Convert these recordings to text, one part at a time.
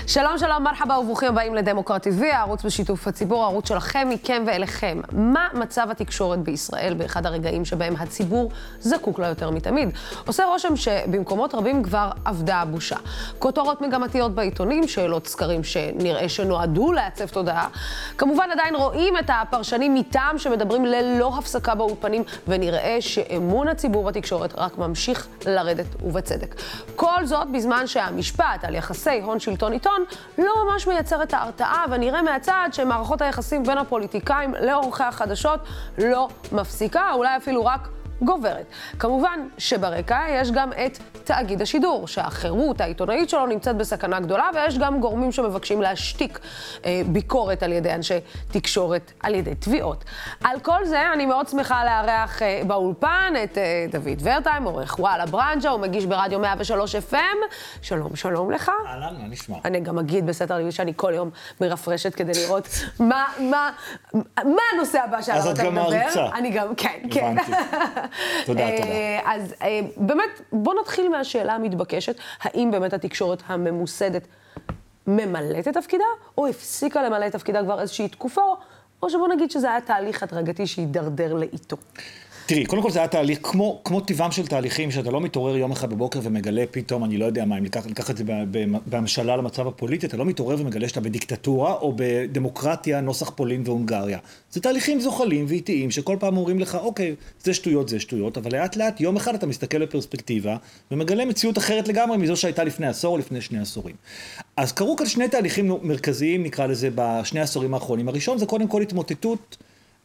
שלום, שלום, מרחבה וברוכים הבאים לדמוקרט TV, הערוץ בשיתוף הציבור, הערוץ שלכם, מכם ואליכם. מה מצב התקשורת בישראל באחד הרגעים שבהם הציבור זקוק לה יותר מתמיד? עושה רושם שבמקומות רבים כבר עבדה הבושה. כותרות מגמתיות בעיתונים, שאלות סקרים שנראה שנועדו לעצב תודעה. כמובן עדיין רואים את הפרשנים מטעם שמדברים ללא הפסקה באולפנים, ונראה שאמון הציבור בתקשורת רק ממשיך לרדת ובצדק. כל זאת בזמן שהמשפט על יחסי הון שלטון עיתון לא ממש מייצר את ההרתעה, ונראה מהצד שמערכות היחסים בין הפוליטיקאים לעורכי החדשות לא מפסיקה, אולי אפילו רק גוברת. כמובן שברקע יש גם את תאגיד השידור, שהחירות העיתונאית שלו נמצאת בסכנה גדולה, ויש גם גורמים שמבקשים להשתיק ביקורת על ידי אנשי תקשורת, על ידי תביעות. על כל זה אני מאוד שמחה לארח באולפן את דוד ורטיים, עורך וואלה ברנז'ה, הוא מגיש ברדיו 103 FM. שלום, שלום לך. אהלן, מה נשמע? אני גם אגיד בסתר לי שאני כל יום מרפרשת כדי לראות מה הנושא הבא שעליו אתה מדבר. אז את גם מעריצה. אני גם, כן, כן. הבנתי. תודה, תודה. אז באמת, בוא נתחיל מהשאלה המתבקשת, האם באמת התקשורת הממוסדת ממלאת את תפקידה, או הפסיקה למלא את תפקידה כבר איזושהי תקופה, או שבוא נגיד שזה היה תהליך הדרגתי שהידרדר לאיתו. תראי, קודם כל זה היה תהליך, כמו טבעם של תהליכים, שאתה לא מתעורר יום אחד בבוקר ומגלה פתאום, אני לא יודע מה, אם ניקח את זה בהמשלה למצב הפוליטי, אתה לא מתעורר ומגלה שאתה בדיקטטורה או בדמוקרטיה, נוסח פולין והונגריה. זה תהליכים זוחלים ואיטיים, שכל פעם אומרים לך, אוקיי, זה שטויות, אבל לאט לאט, יום אחד אתה מסתכל בפרספקטיבה, ומגלה מציאות אחרת לגמרי מזו שהייתה לפני עשור או לפני 2 עשורים. אז קרו כאן 2 תהליכים מרכזיים, נקרא לזה, ב2 עשורים האחרונים. הראשון זה קודם כל התמוטטות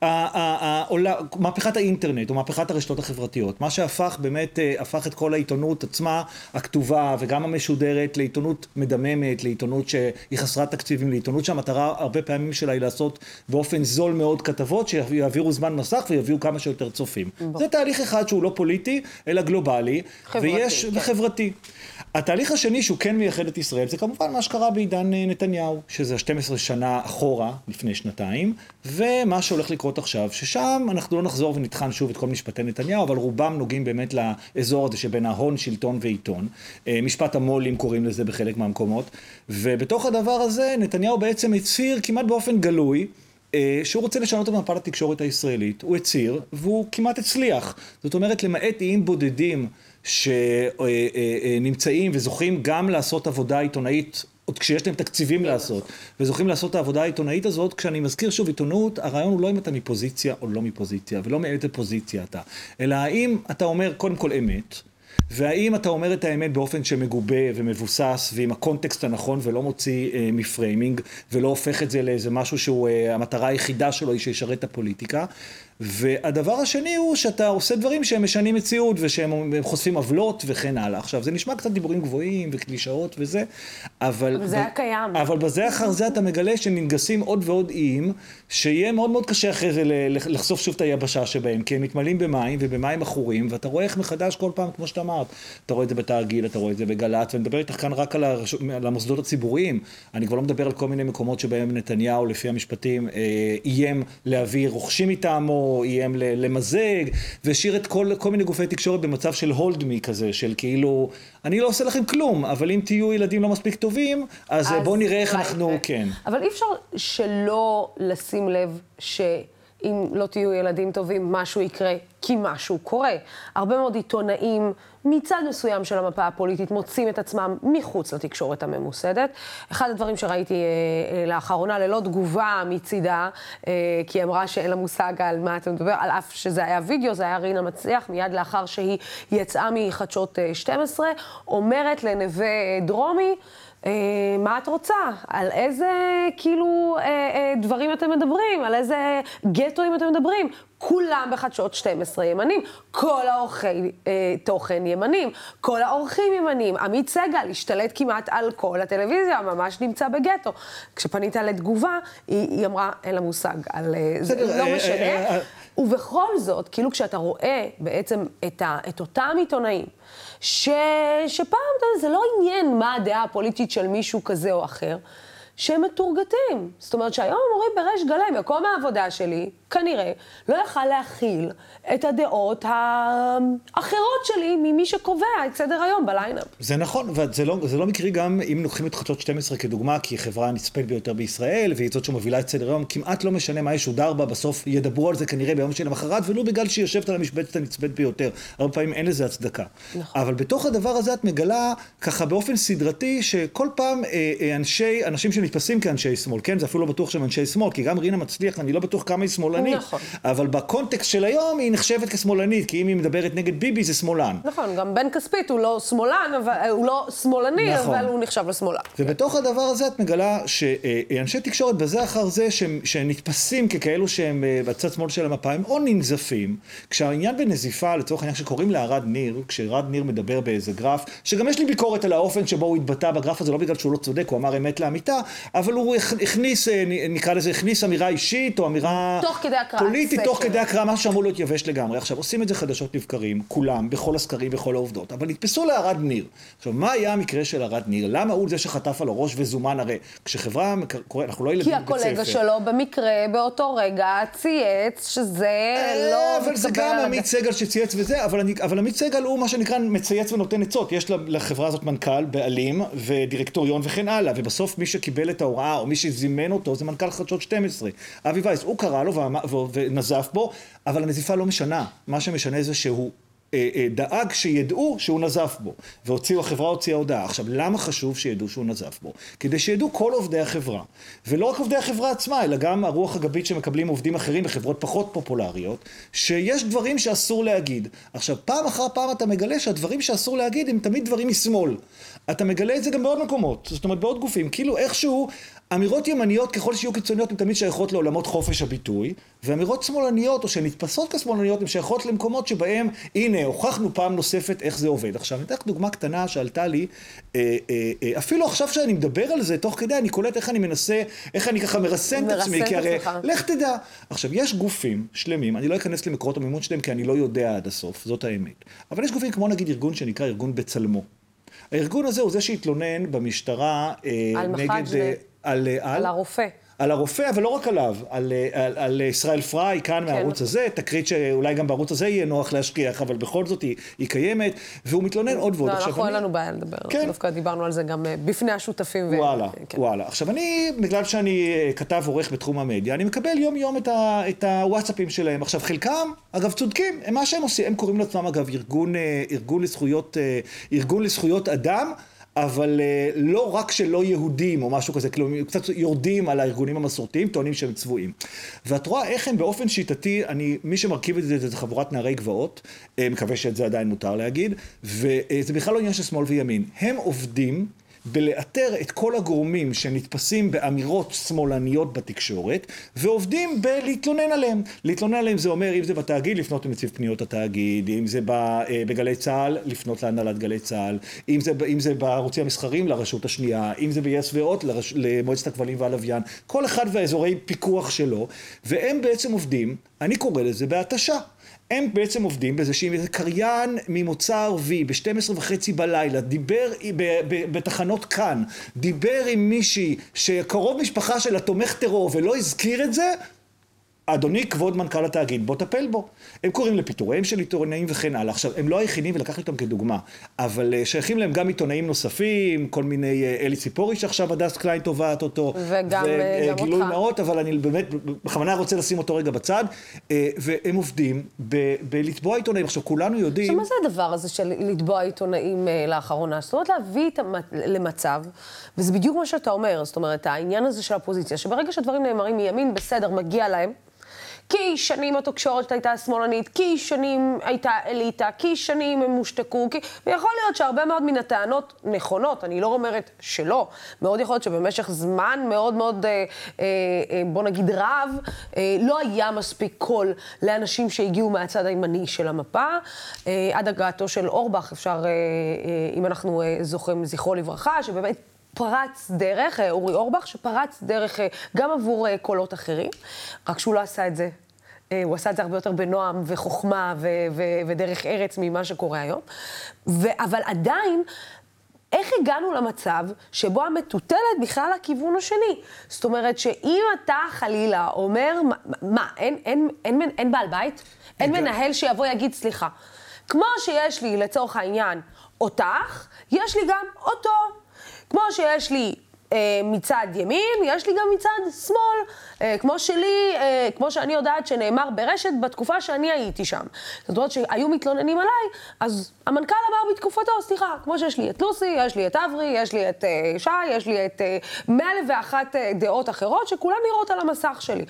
מהפכת האינטרנט או מהפכת הרשתות החברתיות, מה שהפך באמת, הפך את כל העיתונות עצמה, הכתובה וגם המשודרת, לעיתונות מדממת, לעיתונות שהיא חסרת תקציבים, לעיתונות שהמטרה הרבה פעמים שלה היא לעשות באופן זול מאוד כתבות, שיעבירו זמן מסך ויביאו כמה שיותר צופים. זה תהליך אחד שהוא לא פוליטי, אלא גלובלי, וחברתי. התהליך השני שהוא כן מייחד את ישראל, זה כמובן מה שקרה בעידן נתניהו, שזה 12 שנה אחורה, לפני 2, ומה שהולך לקרות עכשיו, ששם אנחנו לא נחזור ונטחן שוב את כל משפטי נתניהו, אבל רובם נוגעים באמת לאזור הזה שבין ההון, שלטון ועיתון. משפט המולים קוראים לזה בחלק מהמקומות, ובתוך הדבר הזה נתניהו בעצם הצהיר כמעט באופן גלוי, שהוא רוצה לשנות את מפת התקשורת הישראלית. הוא הצהיר, והוא כמעט הצליח. זאת אומרת, למעט איים בודדים שנמצאים וזוכים גם לעשות עבודה עיתונאית, עוד כשיש להם תקציבים לעשות, וזוכים לעשות את העבודה העיתונאית הזאת. כשאני מזכיר שוב עיתונות, הרעיון הוא לא אם אתה מפוזיציה או לא מפוזיציה, ולא מאיזה פוזיציה אתה, אלא האם אתה אומר קודם כל אמת, והאם אתה אומר את האמת באופן שמגובה ומבוסס ועם הקונטקסט הנכון ולא מוציא מפריימינג ולא הופך את זה לאיזה משהו שהוא המטרה היחידה שלו היא שישרת את הפוליטיקה. והדבר השני הוא שאתה עושה דברים שהם משנים מציאות ושהם חושפים עוולות וכן הלאה. עכשיו זה נשמע קצת דיבורים גבוהים וקלישאות וזה, אבל זה היה קיים. אבל בזה אחר זה אתה מגלה שננגסים עוד ועוד איים, שיהיה מאוד מאוד קשה אחרי זה לחשוף שוב את היבשה שבהם, כי הם מתמלאים במים ובמים עכורים, ואתה רואה איך מחדש כל פעם, כמו שאתה אמרת, אתה רואה את זה בתאגיד, אתה רואה את זה בגל"צ, ואני מדבר איתך כאן רק על המוסדות הציבוריים, אני כבר לא מדבר על כל מיני מקומות שבהם נתניהו, לפי המשפטים, איים להביא רוכשים מטעמו, איים למזג, והשאיר את כל מיני גופי תקשורת במצב של hold me כזה, של כאילו, אני לא עושה לכם כלום, אבל אם תהיו ילדים לא מספיק טובים, אז בואו נראה איך אנחנו, כן. אבל אי אפשר שלא לשים לב שאם לא תהיו ילדים טובים, משהו יקרה, כי משהו קורה. הרבה מאוד עיתונאים מצד מסוים של המפה הפוליטית מוצאים את עצמם מחוץ לתקשורת הממוסדת. אחד הדברים שראיתי לאחרונה ללא תגובה מצידה, כי היא אמרה שאין לה מושג על מה אתה מדבר, על אף שזה היה וידאו, זה היה רינה מצליח, מיד לאחר שהיא יצאה מחדשות 12, אומרת לנווה דרומי, מה את רוצה? על איזה כאילו דברים אתם מדברים? על איזה גטואים אתם מדברים? כולם בחדשות 12 ימנים, כל העורכי תוכן ימנים, כל העורכים ימנים. עמית סגל השתלט כמעט על כל הטלוויזיה, ממש נמצא בגטו. כשפנית לתגובה, היא אמרה, אין לה מושג על זה, לא משנה. ובכל זאת, כאילו כשאתה רואה בעצם את אותם עיתונאים, שפעם זה לא עניין מה הדעה הפוליטית של מישהו כזה או אחר, שהם מתורגתים. זאת אומרת שהיום אומרים בריש גלי, מקום העבודה שלי, כנראה, לא יכל להכיל את הדעות האחרות שלי ממי שקובע את סדר היום בליינאפ. זה נכון, וזה לא מקרי גם אם לוקחים את חדשות 12 כדוגמה, כי היא חברה הנצפית ביותר בישראל, והיא זאת שמובילה את סדר היום, כמעט לא משנה מה ישודר בה, בסוף ידברו על זה כנראה ביום של המחרת, ולא בגלל שהיא יושבת על המשבצת הנצפית ביותר. הרבה פעמים אין לזה הצדקה. נכון. אבל בתוך הדבר הזה את מגלה ככה באופן סדרתי, שכל פעם אנשים שנתפסים כאנשי שמאל, כן, זה אפילו לא בטוח שהם אנשי שמאל, כי גם רינה מצליח, אני לא בטוח כמה היא שמאלנית. נכון. אבל בקונטקסט של היום היא נחשבת כשמאלנית, כי אם היא מדברת נגד ביבי זה שמאלן. נכון, גם בן כספית הוא לא שמאלן, הוא לא שמאלני, נכון. אבל הוא נחשב לשמאלן. ובתוך הדבר הזה את מגלה שאנשי תקשורת בזה אחר זה שנתפסים ככאלו שהם בצד שמאל של המפה, הם או ננזפים, כשהעניין בנזיפה, לצורך העניין שקוראים לארד ניר, כשארד ניר מדבר באיזה גרף, שגם יש לי ביקורת על האופן שבו הוא התבטא בגרף הזה, לא בגלל שהוא לא צודק, הוא אמר אמת לאמיתה, אבל הוא הכניס, נקרא לזה, הכניס אמירה אישית או אמירה פוליטית, תוך כדי הקראה, משהו שאמור להיות יבש לגמרי. עכשיו, עושים את זה חדשות לבקרים, כולם, בכל הסקרים, בכל העובדות, אבל נתפסו לארד ניר. עכשיו, מה היה המקרה של ארד ניר? למה הוא זה שחטף על הראש וזומן? הרי כשחברה קוראת, אנחנו לא ילדים בבית ספר. כי הקולגה שלו במקרה, באותו רגע, צייץ שזה לא אבל זה גם עמית סגל שצייץ וזה, אבל עמית סגל הוא מה שנקרא מצייץ ונותן עצות. יש לחברה הזאת מנכ"ל, בעלים ודירקטוריון וכן הלאה, ובסוף מי שקיבל את ההוראה או מי שזימן אותו זה מנכ"ל חדשות 12. אבי וייס, הוא קרא לו ונזף בו, אבל הנזיפה לא משנה. מה שמשנה זה שהוא דאג שידעו שהוא נזף בו, החברה הוציאה הודעה. עכשיו, למה חשוב שידעו שהוא נזף בו? כדי שידעו כל עובדי החברה, ולא רק עובדי החברה עצמה, אלא גם הרוח הגבית שמקבלים עובדים אחרים בחברות פחות פופולריות, שיש דברים שאסור להגיד. עכשיו, פעם אחר פעם אתה מגלה שהדברים שאסור להגיד הם תמיד דברים משמאל. אתה מגלה את זה גם בעוד מקומות, זאת אומרת בעוד גופים, כאילו איכשהו אמירות ימניות ככל שיהיו קיצוניות הן תמיד שייכות לעולמות חופש הביטוי, ואמירות שמאלניות או שנתפסות כשמאלניות הן שייכות למקומות שבהם, הנה, הוכחנו פעם נוספת איך זה עובד. עכשיו, אני אתן לך דוגמה קטנה שעלתה לי, אפילו עכשיו שאני מדבר על זה, תוך כדי אני קולט איך אני מנסה, איך אני ככה מרסן את עצמי, כי הרי, לך תדע. עכשיו, יש גופים שלמים, אני לא אכנס למקורות המימון שלהם, כי אני לא יודע עד הסוף, זאת האמת. אבל יש גופים כמו נגיד ארגון שנקרא ארגון בצלמו. הארגון הזה הוא זה שהתלונן במשטרה נגד על הרופא. על הרופא, אבל לא רק עליו, על ישראל פריי, כאן מהערוץ הזה, תקרית שאולי גם בערוץ הזה יהיה נוח להשכיח, אבל בכל זאת היא קיימת, והוא מתלונן עוד ועוד. אנחנו אין לנו בעיה לדבר, דווקא דיברנו על זה גם בפני השותפים. וואלה. עכשיו בגלל שאני כתב עורך בתחום המדיה, אני מקבל יום יום את הוואטסאפים שלהם. עכשיו חלקם, אגב צודקים, מה שהם עושים, הם קוראים לעצמם אגב ארגון לזכויות אדם, אבל לא רק שלא יהודים או משהו כזה, כלומר, קצת יורדים על הארגונים המסורתיים, טוענים שהם צבועים. ואת רואה איך הם באופן שיטתי, מי שמרכיב את זה חבורת נערי גבעות, מקווה שאת זה עדיין מותר להגיד, וזה בכלל לא עניין של שמאל וימין. הם עובדים בלאתר את כל הגורמים שנתפסים באמירות שמאלניות בתקשורת, ועובדים בלהתלונן עליהם. להתלונן עליהם זה אומר, אם זה בתאגיד, לפנות לנציב פניות התאגיד, אם זה בגלי צהל, לפנות להנהלת גלי צהל, אם זה בערוצים המסחרים, לרשות השנייה, אם זה ביס ואות, למועצת הכבלים והלוויין, כל אחד והאזורי פיקוח שלו, והם בעצם עובדים, אני קורא לזה בהתשה. הם בעצם עובדים באיזה קריין ממוצא ערבי, ב-12:30 בלילה, דיבר בתחנות כאן, דיבר עם מישהי שקרוב משפחה שלה תומך טרור ולא הזכיר את זה, אדוני כבוד מנכ"ל התאגיד, בוא טפל בו. הם קוראים לפיטוריהם של עיתונאים וכן הלאה. עכשיו, הם לא היחידים ולקחתי אותם כדוגמה, אבל שייכים להם גם עיתונאים נוספים, כל מיני אלי ציפורי שעכשיו הדס קליין תובעת אותו. וגם גילוי נאות, אבל אני באמת בכוונה רוצה לשים אותו רגע בצד, והם עובדים בלתבוע עיתונאים. עכשיו, כולנו יודעים... עכשיו, מה זה הדבר הזה של לתבוע עיתונאים לאחרונה? זאת אומרת, להביא למצב, וזה בדיוק מה שאתה אומר, זאת אומרת, העניין הזה של הפוזיציה, שברגע שדברים נאמרים מימין, בסדר, מגיע להם, כי שנים התקשורת הייתה שמאלנית, כי שנים הייתה אליטה, כי שנים הם מושתקו, ויכול להיות שהרבה מאוד מן הטענות נכונות, אני לא אומרת שלא, מאוד יכול להיות שבמשך זמן מאוד מאוד, בוא נגיד רב, לא היה מספיק קול לאנשים שהגיעו מהצד הימני של המפה, עד הגעתו של אורבך, אפשר, אם אנחנו זוכרים זכרו לברכה, שבאמת פרץ דרך, אורי אורבך, שפרץ דרך גם עבור קולות אחרים, רק שהוא לא עשה את זה. הוא עשה את זה הרבה יותר בנועם וחוכמה ודרך ארץ ממה שקורה היום. אבל עדיין, איך הגענו למצב שבו המטוטלת בכלל לכיוון השני? זאת אומרת שאם אתה חלילה אומר, מה, אין בעל בית? אין מנהל שיבוא יגיד, סליחה, כמו שיש לי לצורך העניין אותך, יש לי גם אותו. כמו שיש לי מצד ימין, יש לי גם מצד שמאל, כמו שאני יודעת שנאמר ברשת בתקופה שאני הייתי שם. זאת אומרת שהיו מתלוננים עליי, אז המנכ"ל אמר בתקופתו, סליחה, כמו שיש לי את לוסי, יש לי את אברי, יש לי את שי, יש לי את 101 דעות אחרות שכולן נראות על המסך שלי.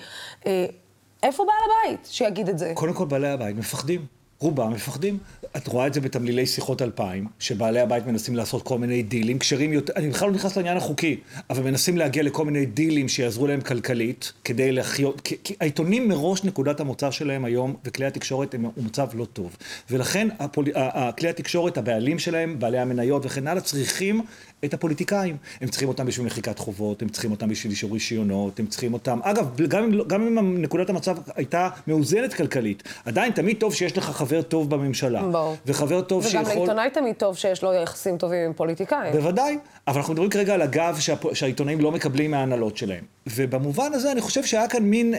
איפה בעל הבית שיגיד את זה? קודם כל בעלי הבית מפחדים. רובם מפחדים. את רואה את זה בתמלילי שיחות 2000, שבעלי הבית מנסים לעשות כל מיני דילים, קשרים יותר, אני בכלל לא נכנס לעניין החוקי, אבל מנסים להגיע לכל מיני דילים שיעזרו להם כלכלית, כדי לחיות, כי העיתונים מראש נקודת המוצא שלהם היום, וכלי התקשורת הם מצב לא טוב. ולכן כלי התקשורת, הבעלים שלהם, בעלי המניות וכן הלאה, צריכים את הפוליטיקאים. הם צריכים אותם בשביל מחיקת חובות, הם צריכים אותם בשביל אישור רישיונות, הם צריכים אותם, אגב, גם אם נקודת המצב הייתה מאוזנת כלכלית, עדיין תמיד טוב שיש לך חבר טוב בממשלה. וחבר טוב שיכול... וגם לעיתונאי תמיד טוב שיש לו יחסים טובים עם פוליטיקאים. בוודאי, אבל אנחנו מדברים כרגע על הגב שהעיתונאים לא מקבלים מההנהלות שלהם. ובמובן הזה אני חושב שהיה כאן מין...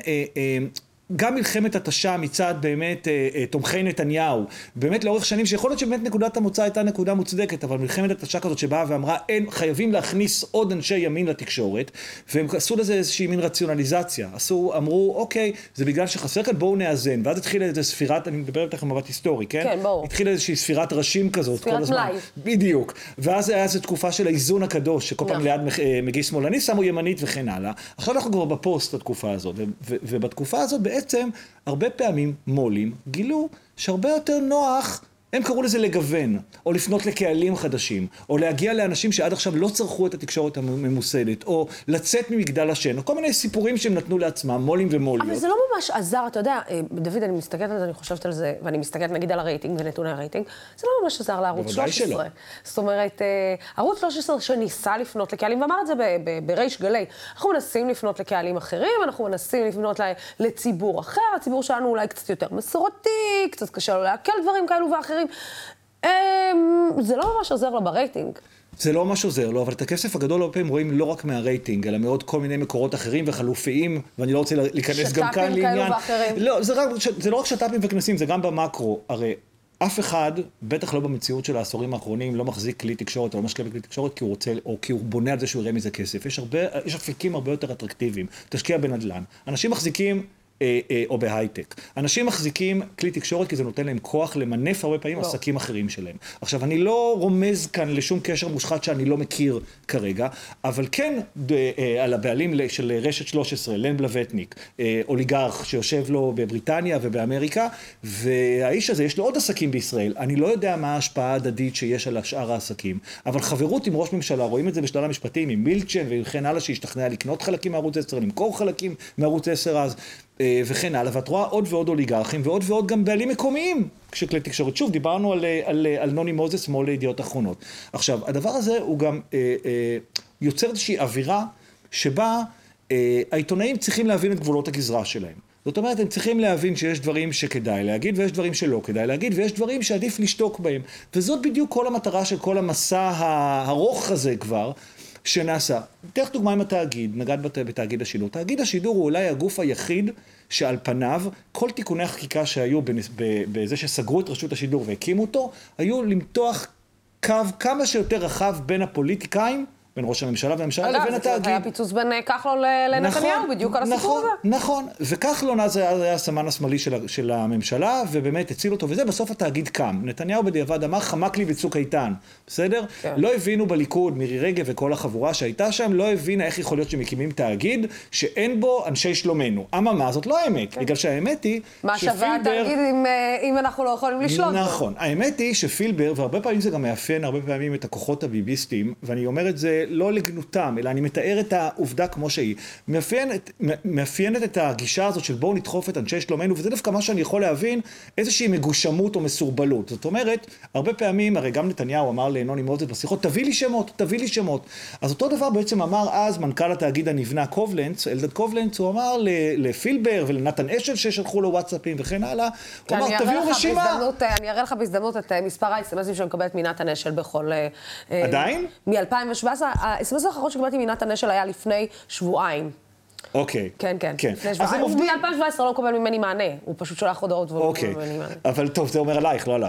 גם מלחמת התשה מצד באמת תומכי נתניהו, באמת לאורך שנים, שיכול להיות שבאמת נקודת המוצא הייתה נקודה מוצדקת, אבל מלחמת התשה כזאת שבאה ואמרה, חייבים להכניס עוד אנשי ימין לתקשורת, והם עשו לזה איזושהי מין רציונליזציה, אמרו, אוקיי, זה בגלל שחסר כאן, בואו נאזן, ואז התחילה איזו ספירת, אני מדבר איתך מבט היסטורי, כן? כן, בואו. התחילה איזושהי ספירת ראשים כזאת, ספירת כל הזמן. מלאי. בדיוק. ואז היה איזו תקופה של האיזון הקדוש, שכל פעם ליד מגיש שמאלני, שמו ימנית וכן הלאה. עכשיו אנחנו כבר בפוסט התקופה הזאת, ובתקופה הזאת בעצם הרבה פעמים מולים גילו שהרבה יותר נוח, הם קראו לזה לגוון, או לפנות לקהלים חדשים, או להגיע לאנשים שעד עכשיו לא צרכו את התקשורת הממוסדת, או לצאת ממגדל השן, או כל מיני סיפורים שהם נתנו לעצמם, מולים ומוליות. אבל זה לא ממש עזר, אתה יודע, דוד, אני מסתכלת על זה, אני חושבת על זה, ואני מסתכלת נגיד על הרייטינג ונתוני הרייטינג, זה לא ממש עזר לערוץ 13. שלא. זאת אומרת, ערוץ 13 שניסה לפנות לקהלים, ואמר את זה בריש גלי, אנחנו מנסים לפנות לקהלים אחרים, אנחנו מנסים לפנות לציבור אחר, הציבור שלנו אולי קצת יותר מסורתי, קצת קשה לו לעכל דברים כאלו ואחרים. זה לא ממש עוזר לו ברייטינג. זה לא ממש עוזר לו, אבל את הכסף הגדול הרבה פעמים רואים לא רק מהרייטינג, אלא מעוד כל מיני מקורות אחרים וחלופיים, ואני לא רוצה להיכנס גם כאן לעניין. לא, זה לא רק שטאפים וכנסים, זה גם במקרו. הרי אף אחד, בטח לא במציאות של העשורים האחרונים, לא מחזיק כלי תקשורת או לא משקיע בכלי תקשורת כי הוא רוצה, או כי הוא בונה על זה שהוא יראה מזה כסף. יש אפיקים הרבה יותר אטרקטיביים. תשקיע בנדל"ן. אנשים מחזיקים או בהייטק. אנשים מחזיקים כלי תקשורת כי זה נותן להם כוח למנף הרבה פעמים עסקים אחרים שלהם. עכשיו, אני לא רומז כאן לשום קשר מושחת שאני לא מכיר כרגע, אבל כן על הבעלים של רשת 13, לן בלווטניק, אוליגרך שיושב לו בבריטניה ובאמריקה, והאיש הזה יש לו עוד עסקים בישראל. אני לא יודע מה ההשפעה ההדדית שיש על שאר העסקים, אבל חברות עם ראש ממשלה, רואים את זה בשלל המשפטים, עם מילצ'ן וכן הלאה שהשתכנע לקנות חלקים מערוץ 10, למכור חלקים מערוץ 10 אז, וכן הלאה, ואת רואה עוד ועוד אוליגרכים, ועוד ועוד גם בעלים מקומיים כשכלי תקשורת. שוב, דיברנו על נוני מוזס, מול לידיעות אחרונות. עכשיו, הדבר הזה הוא גם יוצר איזושהי אווירה שבה העיתונאים צריכים להבין את גבולות הגזרה שלהם. זאת אומרת, הם צריכים להבין שיש דברים שכדאי להגיד, ויש דברים שלא כדאי להגיד, ויש דברים שעדיף לשתוק בהם. וזאת בדיוק כל המטרה של כל המסע הארוך הזה כבר, שנעשה. תלך דוגמה עם התאגיד, נגעת בתאגיד השידור. תאגיד השידור הוא אולי הגוף היחיד שעל פניו, כל תיקוני החקיקה שהיו בזה שסגרו את רשות השידור והקימו אותו, היו למתוח קו כמה שיותר רחב בין הפוליטיקאים, בין ראש הממשלה והממשלה לבין התאגיד. אגב, זה היה פיצוץ בין כחלון לנתניהו, בדיוק על הסיפור הזה. נכון, וכחלון אז היה הסמן השמאלי של הממשלה, ובאמת הציל אותו, וזה בסוף התאגיד קם. נתניהו בדיעבד אמר, חמק לי בצוק איתן, בסדר? לא הבינו בליכוד, מירי רגב וכל החבורה שהייתה שם, לא הבינה איך יכול להיות שמקימים תאגיד, שאין בו אנשי שלומנו. אממה, זאת לא האמת, בגלל שהאמת היא מה שווה התאגיד אם אנחנו לא יכולים לשלוט בו? נכון, האמת היא שפילבר, והרבה פעמים זה גם מאפיין הרבה פעמים את הכוחות הביביסטים, ואני אומר את זה לא לגנותם, אלא אני מתאר את העובדה כמו שהיא. מאפיינת את הגישה הזאת של בואו נדחוף את אנשי שלומנו, וזה דווקא מה שאני יכול להבין, איזושהי מגושמות או מסורבלות. זאת אומרת, הרבה פעמים, הרי גם נתניהו אמר לנוני מוזס בשיחות, תביא לי שמות. אז אותו דבר בעצם אמר אז מנכ"ל התאגיד הנבנה קובלנץ, אלדד קובלנץ, הוא אמר לפילבר ולנתן אשל ששלחו לו וואטסאפים וכן הלאה, הוא אמר, תביאו רשימה. אני אראה לך בהזדמנות את מספר האס-אמסים שמקבלת מנתן אשל בכל... עדיין? מ-2017, האס-אמס האחרון שקבלתי מנתן אשל היה לפני שבועיים. אוקיי. כן. לפני שבועיים. הוא מ-2017 לא מקבל ממני מענה, הוא פשוט שולח הודעות והוא לא מקבל ממני מענה. אבל טוב, זה אומר עלייך, לא עליו.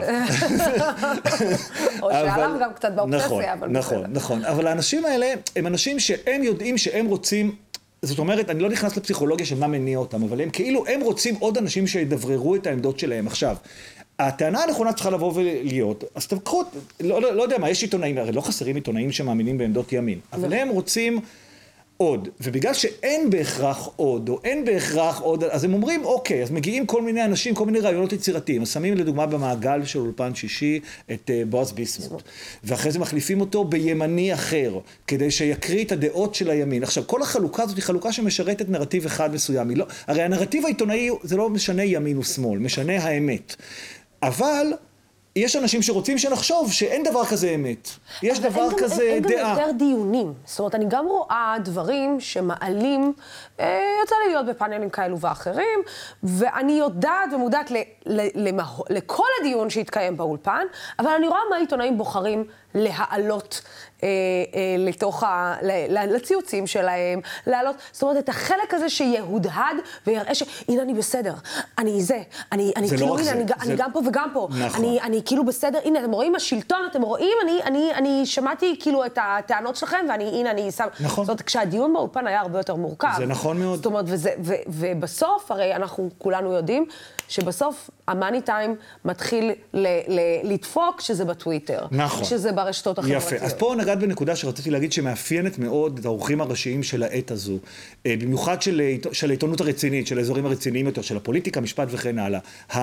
או שעליו גם קצת באובססיה, אבל בסדר. נכון. אבל האנשים האלה הם אנשים שהם יודעים שהם רוצים, זאת אומרת, אני לא נכנס לפסיכולוגיה של מה מניע אותם, אבל הם רוצים עוד אנשים שידבררו את העמדות שלהם. עכשיו, הטענה הנכונה צריכה לבוא ולהיות, אז תבקחו, לא יודע מה, יש עיתונאים, הרי לא חסרים עיתונאים שמאמינים בעמדות ימין, אבל הם רוצים עוד, ובגלל שאין בהכרח עוד, או אין בהכרח עוד, אז הם אומרים, אוקיי, אז מגיעים כל מיני אנשים, כל מיני רעיונות יצירתיים, אז שמים לדוגמה במעגל של אולפן שישי את בועז ביסמוט, ואחרי זה מחליפים אותו בימני אחר, כדי שיקריא את הדעות של הימין. עכשיו, כל החלוקה הזאת היא חלוקה שמשרתת נרטיב אחד מסוים, הרי הנרטיב העיתונאי זה לא משנה ימין ושמאל, משנה האמת. אבל יש אנשים שרוצים שנחשוב שאין דבר כזה אמת. יש דבר כזה דעה. אין גם יותר דיונים. זאת אומרת, אני גם רואה דברים שמעלים, יוצא לי להיות בפאנלים כאלו ואחרים, ואני יודעת ומודעת לכל הדיון שהתקיים באולפן, אבל אני רואה מה העיתונאים בוחרים להעלות לתוך לציוצים שלהם, להעלות, זאת אומרת, את החלק הזה שיהודהד ויראה שהנה אני בסדר, אני כאילו, הנה, אני גם פה וגם פה, אני כאילו בסדר, הנה, אתם רואים השלטון, אתם רואים, אני שמעתי כאילו את הטענות שלכם, והנה, אני שם, זאת אומרת, כשהדיון באולפן היה הרבה יותר מורכב. זה נכון מאוד. זאת אומרת, ובסוף, הרי אנחנו כולנו יודעים, שבסוף המאני טיים מתחיל לדפוק שזה בטוויטר. נכון. שזה ברשתות החברתיות. יפה. אז פה נגעת בנקודה שרציתי להגיד שמאפיינת מאוד את האורחים הראשיים של העת הזו. במיוחד של העיתונות הרצינית, של האזורים הרציניים יותר, של הפוליטיקה, משפט וכן הלאה.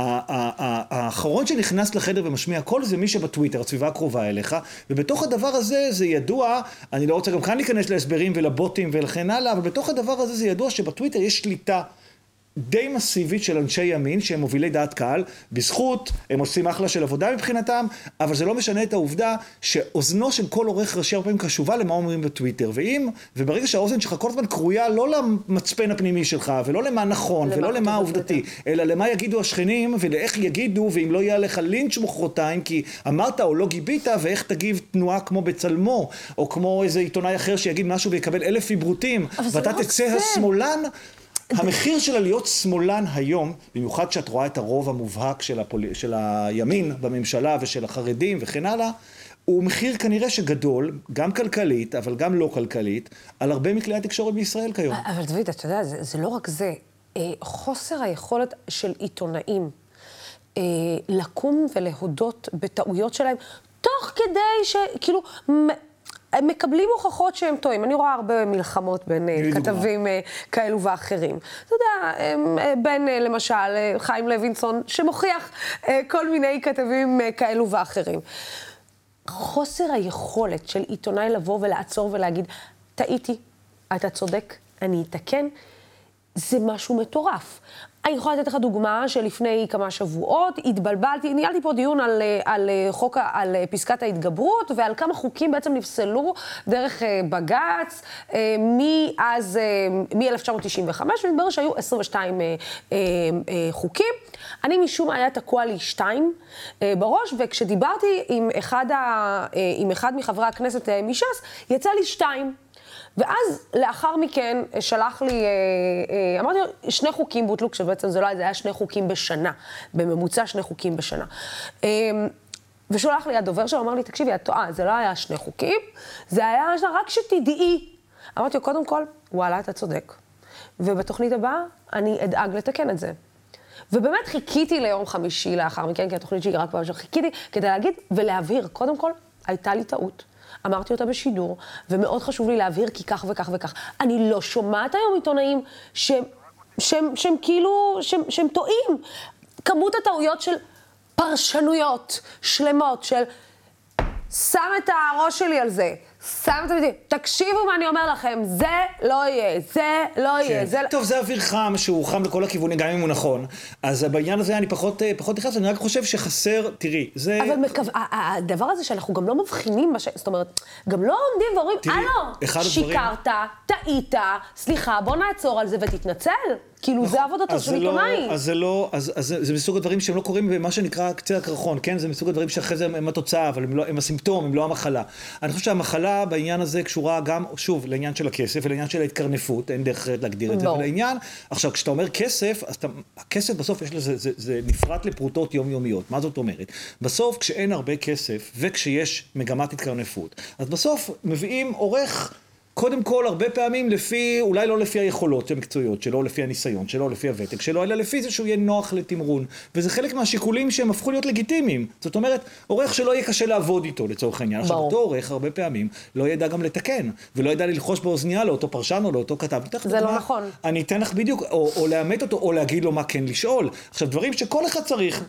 האחרון שנכנס לחדר ומשמיע כל זה מי שבטוויטר, הסביבה הקרובה אליך, ובתוך הדבר הזה זה ידוע, אני לא רוצה גם כאן להיכנס להסברים ולבוטים ולכן הלאה, אבל בתוך הדבר הזה זה ידוע שבטוויטר יש שליטה די מסיבית של אנשי ימין שהם מובילי דעת קהל, בזכות, הם עושים אחלה של עבודה מבחינתם, אבל זה לא משנה את העובדה שאוזנו של כל עורך ראשי הרבה פעמים קשובה למה אומרים בטוויטר, וברגע שהאוזן שלך כל הזמן קרויה לא למצפן הפנימי שלך, ולא למה נכון, ולא למה העובדתי, אלא למה יגידו השכנים, ולאיך יגידו, ואם לא יהיה לך לינץ' מחרתיים, כי אמרת או לא גיבית, ואיך תגיב תנועה כמו בצלמו, או כמו איזה עיתונאי אחר שיגיד משהו ויקבל 1000 עיברותים, ואתה תצא השמאלן. המחיר שלה להיות שמאלן היום, במיוחד שאת רואה את הרוב המובהק של הימין בממשלה ושל החרדים וכן הלאה, הוא מחיר כנראה שגדול, גם כלכלית, אבל גם לא כלכלית, על הרבה מכלי התקשורת בישראל כיום. אבל דוד, אתה יודע, זה לא רק זה. חוסר היכולת של עיתונאים לקום ולהודות בטעויות שלהם, תוך כדי שכאילו הם מקבלים הוכחות שהם טועים. אני רואה הרבה מלחמות בין כתבים כאלו ואחרים. אתה יודע, בין למשל חיים לוינסון, שמוכיח כל מיני כתבים כאלו ואחרים. חוסר היכולת של עיתונאי לבוא ולעצור ולהגיד, טעיתי, אתה צודק, אני אתקן, זה משהו מטורף. אני יכולה לתת לך דוגמה שלפני כמה שבועות התבלבלתי, ניהלתי פה דיון על פסקת ההתגברות ועל כמה חוקים בעצם נפסלו דרך בג"ץ מאז, מ-1995, ומתברר שהיו 22 חוקים. אני משום מה היה תקוע לי 2 בראש, וכשדיברתי עם אחד מחברי הכנסת מש"ס, יצא לי 2. ואז לאחר מכן שלח לי, אמרתי לו, 2 חוקים בוטלו, כשבעצם זה לא היה, זה היה 2 חוקים בשנה, בממוצע 2 חוקים בשנה. ושולח לי הדובר שלו, אמר לי, תקשיבי, את טועה, זה לא היה 2 חוקים, זה היה רק שתדעי. אמרתי לו, קודם כל, וואלה, אתה צודק. ובתוכנית הבאה, אני אדאג לתקן את זה. ובאמת חיכיתי ליום חמישי לאחר מכן, כי התוכנית שהיא רק פעם שחיכיתי, כדי להגיד ולהבהיר, קודם כל, הייתה לי טעות. אמרתי אותה בשידור, ומאוד חשוב לי להבהיר כי כך וכך וכך. אני לא שומעת היום עיתונאים שהם כאילו, שהם טועים. כמות הטעויות של פרשנויות שלמות, של שם את הראש שלי על זה, שם את המדינה, תקשיבו מה אני אומר לכם, זה לא יהיה, זה לא יהיה, זה לא... טוב, זה אוויר חם שהוא חם לכל הכיוונים, גם אם הוא נכון. אז בעניין הזה אני פחות נכנס, אני רק חושב שחסר, תראי, זה... אבל הדבר הזה שאנחנו גם לא מבחינים, זאת אומרת, גם לא עומדים ואומרים, הלו, שיקרת, טעית, סליחה, בוא נעצור על זה ותתנצל. כאילו זה עבודתו של עיתונאי. אז זה מסוג הדברים שהם לא קוראים במה שנקרא קצה הקרחון, כן? זה מסוג הדברים שאחרי זה הם התוצאה, אבל הם הסימפטום, הם לא המחלה. אני חושב שהמחלה בעניין הזה קשורה גם, שוב, לעניין של הכסף ולעניין של ההתקרנפות, אין דרך אחרת להגדיר את זה. ולעניין, עכשיו, כשאתה אומר כסף, אז הכסף בסוף יש לזה, זה נפרט לפרוטות יומיומיות. מה זאת אומרת? בסוף, כשאין הרבה כסף וכשיש מגמת התקרנפות, אז בסוף מביאים עורך קודם כל, הרבה פעמים לפי, אולי לא לפי היכולות המקצועיות שלו, לפי הניסיון שלו, לפי הוותק שלו, אלא לפי זה שהוא יהיה נוח לתמרון. וזה חלק מהשיקולים שהם הפכו להיות לגיטימיים. זאת אומרת, עורך שלא יהיה קשה לעבוד איתו, לצורך העניין. עכשיו, אותו עורך הרבה פעמים לא ידע גם לתקן, ולא ידע ללחוש באוזניה לאותו פרשן או לאותו כתב. זה לא נכון. אני אתן לך בדיוק, או לאמת אותו, או להגיד לו מה כן לשאול. עכשיו, דברים שכל אחד צריך,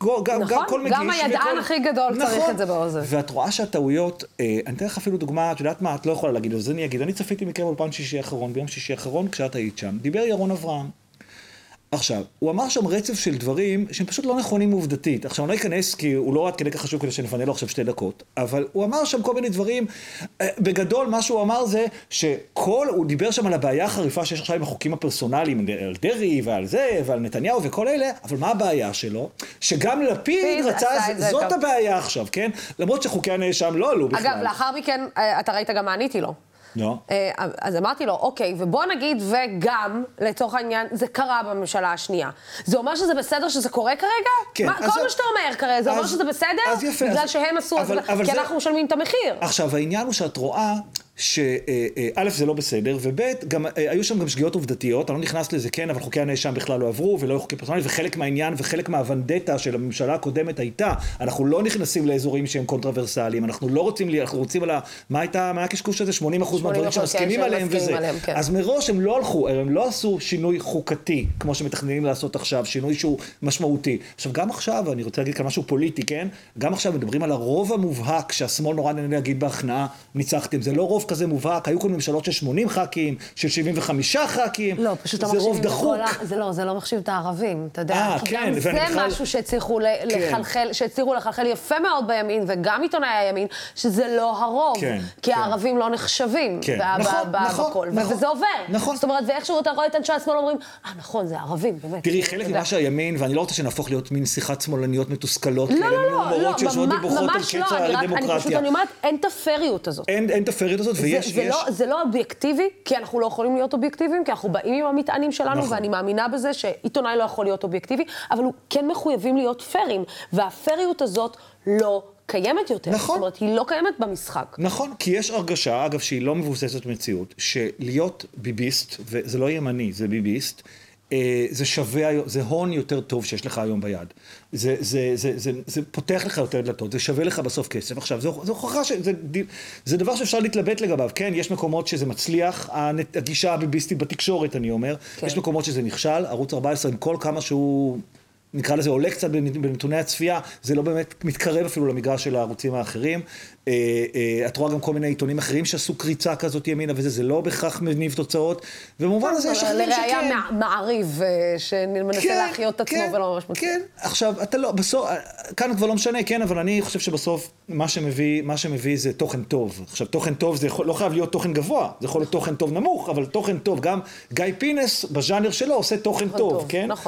גם הידען הכי גדול צריך את זה באוזן. ואת רואה שהטעויות, אני אתן לך אפילו דוגמה, את יודעת מה, את לא יכולה להגיד, אז אני אגיד, אני צפיתי מכם ביום שישי האחרון, כשאת היית שם, דיבר ירון אברהם. עכשיו, הוא אמר שם רצף של דברים שהם פשוט לא נכונים עובדתית. עכשיו, אני לא אכנס כי הוא לא עד כדי כך חשוב כדי שנפנה לו עכשיו 2 דקות, אבל הוא אמר שם כל מיני דברים, בגדול מה שהוא אמר זה הוא דיבר שם על הבעיה החריפה שיש עכשיו עם החוקים הפרסונליים, על דרעי ועל זה ועל נתניהו וכל אלה, אבל מה הבעיה שלו? שגם לפיד רצה, זאת הבעיה עכשיו, כן? למרות שחוקי הנאשם לא עלו בכלל. אגב, לאחר מכן, אתה ראית גם מה עניתי לו. לא. אז אמרתי לו, אוקיי, ובוא נגיד, וגם, לצורך העניין, זה קרה בממשלה השנייה. זה אומר שזה בסדר שזה קורה כרגע? כן. כל מה שאתה אומר כרגע, זה אומר שזה בסדר? אז יפה. בגלל שהם עשו, כי אנחנו משלמים את המחיר. עכשיו, העניין הוא שאת רואה שא' זה לא בסדר, וב' גם היו שם גם שגיאות עובדתיות, אני לא נכנס לזה כן, אבל חוקי הנאשם בכלל לא עברו, ולא חוקי פרסונליים, וחלק מהעניין וחלק מהוונדטה של הממשלה הקודמת הייתה, אנחנו לא נכנסים לאזורים שהם קונטרוברסליים, אנחנו לא רוצים, אנחנו רוצים על מה הקשקוש הזה, 80% מהדברים שמסכימים עליהם וזה. אז מראש הם לא הלכו, הם לא עשו שינוי חוקתי, כמו שמתכננים לעשות עכשיו, שינוי שהוא משמעותי. עכשיו, גם עכשיו, אני רוצה להגיד כאן משהו פוליטי, כן? גם עכשיו מדברים על הרוב המובהק שהשמאל נורא נהנה להגיד בהכנעה, ניצחתם. זה לא רוב כזה מובהק, היו כל ממשלות של 80 חקים, של 75 חקים, לא, פשוט לא זה רוב דחוק. זה לא מחשיב את הערבים, אתה יודע. כן, גם זה משהו שהצליחו לחלחל יפה מאוד בימין, וגם עיתונאי הימין, שזה לא הרוב, כי הערבים לא נחשבים בכל, וזה עובר. זאת אומרת, ואיכשהו אתה רואה את אנשי השמאל אומרים, נכון, זה ערבים, באמת. תראי, חלק ממה שהימין, ואני לא רוצה שנהפוך להיות מין שיחת שמאלניות מתוסכלות, לא, ממש לא, אני אומרת, אין את הפריות הזאת. אין את הפריות הזאת, ויש... זה לא אובייקטיבי, כי אנחנו לא יכולים להיות אובייקטיביים, כי אנחנו באים עם המטענים שלנו, ואני מאמינה בזה שעיתונאי לא יכול להיות אובייקטיבי, אבל הוא כן מחויבים להיות פיירים, והפייריות הזאת לא קיימת יותר. נכון. זאת אומרת, היא לא קיימת במשחק. נכון, כי יש הרגשה, אגב, שהיא לא מבוססת מציאות, שלהיות ביביסט, וזה לא ימני, זה ביביסט, זה שווה, זה הון יותר טוב שיש לך היום ביד. זה פותח לך יותר דלתות, זה שווה לך בסוף כסף. עכשיו, זו הוכחה זה דבר שאפשר להתלבט לגביו. כן, יש מקומות שזה מצליח, הגישה הביביסטית בתקשורת, אני אומר. יש מקומות שזה נכשל, ערוץ 14, עם כל כמה שהוא... נקרא לזה, עולה קצת בנתוני הצפייה, זה לא באמת מתקרב אפילו למגרש של הערוצים האחרים. את רואה גם כל מיני עיתונים אחרים שעשו קריצה כזאת ימינה וזה, זה לא בכך מניב תוצאות, ובמובן הזה יש אחרים שכן. לראיה מעריב שמנסה להחיות את עצמו ולא ממש מצליח. כן, עכשיו, אתה לא, בסוף, כאן כבר לא משנה, כן, אבל אני חושב שבסוף מה שמביא זה תוכן טוב. עכשיו, תוכן טוב זה לא חייב להיות תוכן גבוה, זה יכול להיות תוכן טוב נמוך, אבל תוכן טוב, גם גיא פינס בז'אנר שלו עושה תוכן טוב, כן? נכון.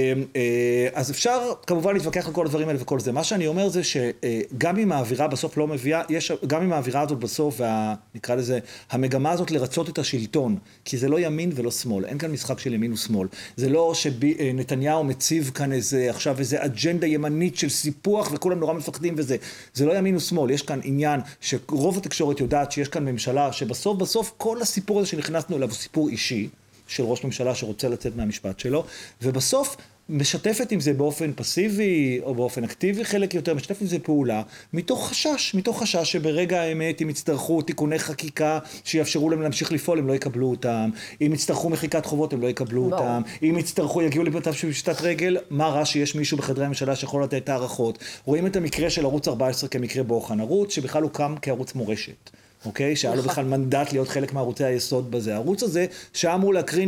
אז אפשר כמובן להתווכח על כל הדברים האלה וכל זה. מה שאני אומר זה שגם אם האווירה בסוף לא מביאה, גם אם האווירה הזאת בסוף, נקרא לזה, המגמה הזאת לרצות את השלטון, כי זה לא ימין ולא שמאל, אין כאן משחק של ימין ושמאל. זה לא שנתניהו מציב כאן עכשיו איזה אג'נדה ימנית של סיפוח וכולם נורא מפחדים וזה. זה לא ימין ושמאל, יש כאן עניין שרוב התקשורת יודעת שיש כאן ממשלה שבסוף כל הסיפור הזה שנכנסנו אליו הוא סיפור אישי של ראש ממשלה שרוצה לצאת מהמשפט שלו, ובסוף משתפת עם זה באופן פסיבי או באופן אקטיבי, חלק יותר משתפת עם זה פעולה, מתוך חשש שברגע האמת, אם יצטרכו תיקוני חקיקה שיאפשרו להם להמשיך לפעול, הם לא יקבלו אותם, אם יצטרכו מחיקת חובות, הם לא יקבלו אותם, אם יצטרכו, יגיעו למצב של פשיטת רגל, מה רע שיש מישהו בחדרי הממשלה שיכול לתת הערכות. רואים את המקרה של ערוץ 14 כמקרה בוחן, ערוץ שבכלל הוא קם כערוץ מורשת. אוקיי? שהיה לו בכלל מנדט להיות חלק מערוצי היסוד בזה. הערוץ הזה, שהיה אמור להקרין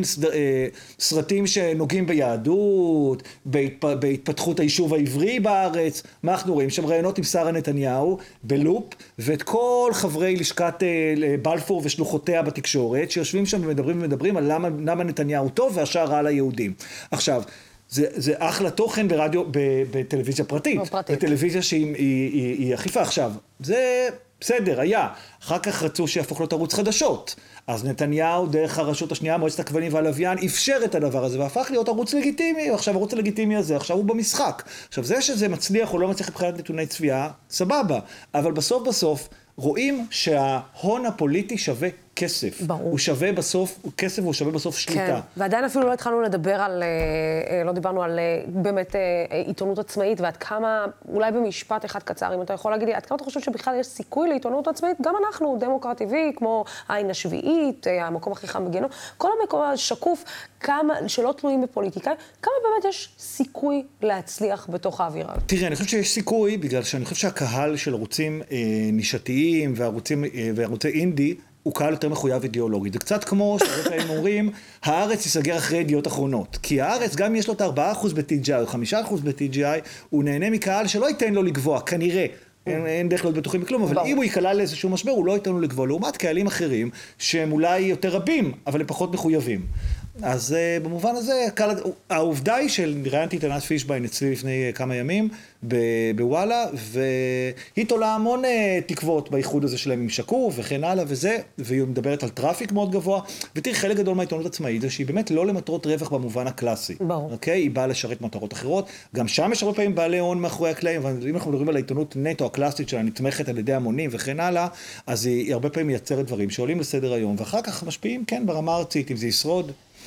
סרטים שנוגעים ביהדות, בהתפתחות היישוב העברי בארץ, מה אנחנו רואים? שם ראיונות עם שרה נתניהו בלופ, ואת כל חברי לשכת בלפור ושלוחותיה בתקשורת, שיושבים שם ומדברים על למה נתניהו טוב והשאר רע ליהודים. עכשיו, זה אחלה תוכן ברדיו, בטלוויזיה פרטית. בטלוויזיה שהיא אכיפה. עכשיו, זה בסדר, היה. אחר כך רצו שיהפוך להיות ערוץ חדשות. אז נתניהו, דרך הרשות השנייה, מועצת הכבלים והלוויין, אפשר את הדבר הזה, והפך להיות ערוץ לגיטימי. עכשיו, הערוץ הלגיטימי הזה, עכשיו הוא במשחק. עכשיו, זה שזה מצליח או לא מצליח מבחינת נתוני צפייה, סבבה. אבל בסוף, רואים שההון הפוליטי שווה כסף. ברור. הוא שווה בסוף כסף והוא שווה בסוף שליטה. כן, ועדיין אפילו לא התחלנו לדבר על, לא דיברנו על באמת עיתונות עצמאית, ועד כמה, אולי במשפט אחד קצר, אם אתה יכול להגיד לי, עד כמה אתה חושב שבכלל יש סיכוי לעיתונות עצמאית? גם אנחנו, דמוקרט TV, כמו העין השביעית, המקום הכי חם בגיהנום, כל המקום השקוף, כמה, שלא תלויים בפוליטיקאים, כמה באמת יש סיכוי להצליח בתוך האווירה? תראי, אני חושב שיש סיכוי, בגלל שאני חושב שהקהל של ערוצים נישתיים וערוצי אינדי, הוא קהל יותר מחויב אידיאולוגית. זה קצת כמו שהרבה פעמים אומרים, הארץ ייסגר אחרי ידיעות אחרונות. כי הארץ, גם אם יש לו את 4% ב-TGI או 5% ב-TGI, הוא נהנה מקהל שלא ייתן לו לגבוה, כנראה. אין דרך להיות בטוחים בכלום, אבל אם הוא יקלה לאיזשהו משבר, הוא לא ייתן לו לגבוה. לעומת קהלים אחרים, שהם אולי יותר רבים, אבל הם פחות מחויבים. אז במובן הזה, העובדה היא ראיינתי את ענת פישביין אצלי לפני כמה ימים בוואלה, והיא תולה המון תקוות באיחוד הזה שלהם עם שקוף וכן הלאה וזה, והיא מדברת על טראפיק מאוד גבוה, ותראי, חלק גדול מהעיתונות עצמאית זה שהיא באמת לא למטרות רווח במובן הקלאסי. ברור. אוקיי? היא באה לשרת מטרות אחרות, גם שם יש הרבה פעמים בעלי הון מאחורי הקלעים, אבל אם אנחנו מדברים על העיתונות נטו הקלאסית שלה, נתמכת על ידי המונים וכן הלאה, אז היא הרבה פעמים מייצרת דברים שעולים לסדר היום, ואחר כך משפיעים, כן, ברמה הארצית, אם זה ישרוד.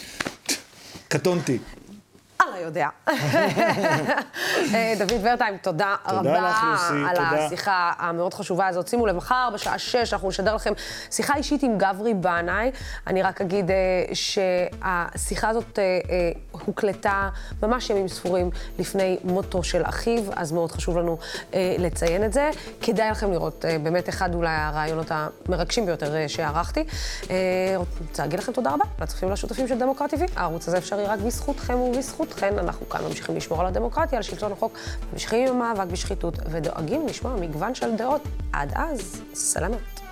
קטונתי. לא יודע. דוד ורטיים, תודה רבה על השיחה המאוד חשובה הזאת. שימו לב, מחר בשעה 6 אנחנו נשדר לכם שיחה אישית עם גברי בנאי. אני רק אגיד שהשיחה הזאת הוקלטה ממש ימים ספורים לפני מותו של אחיו, אז מאוד חשוב לנו לציין את זה. כדאי לכם לראות, באמת אחד אולי הרעיונות המרגשים ביותר שערכתי. רוצה להגיד לכם תודה רבה, לצופים ולשותפים של דמוקרט TV. הערוץ הזה אפשרי רק בזכותכם ובזכותכם. אנחנו כאן ממשיכים לשמור על הדמוקרטיה, על שלטון החוק, ממשיכים עם המאבק בשחיתות ודואגים לשמוע מגוון של דעות. עד אז, סלמת.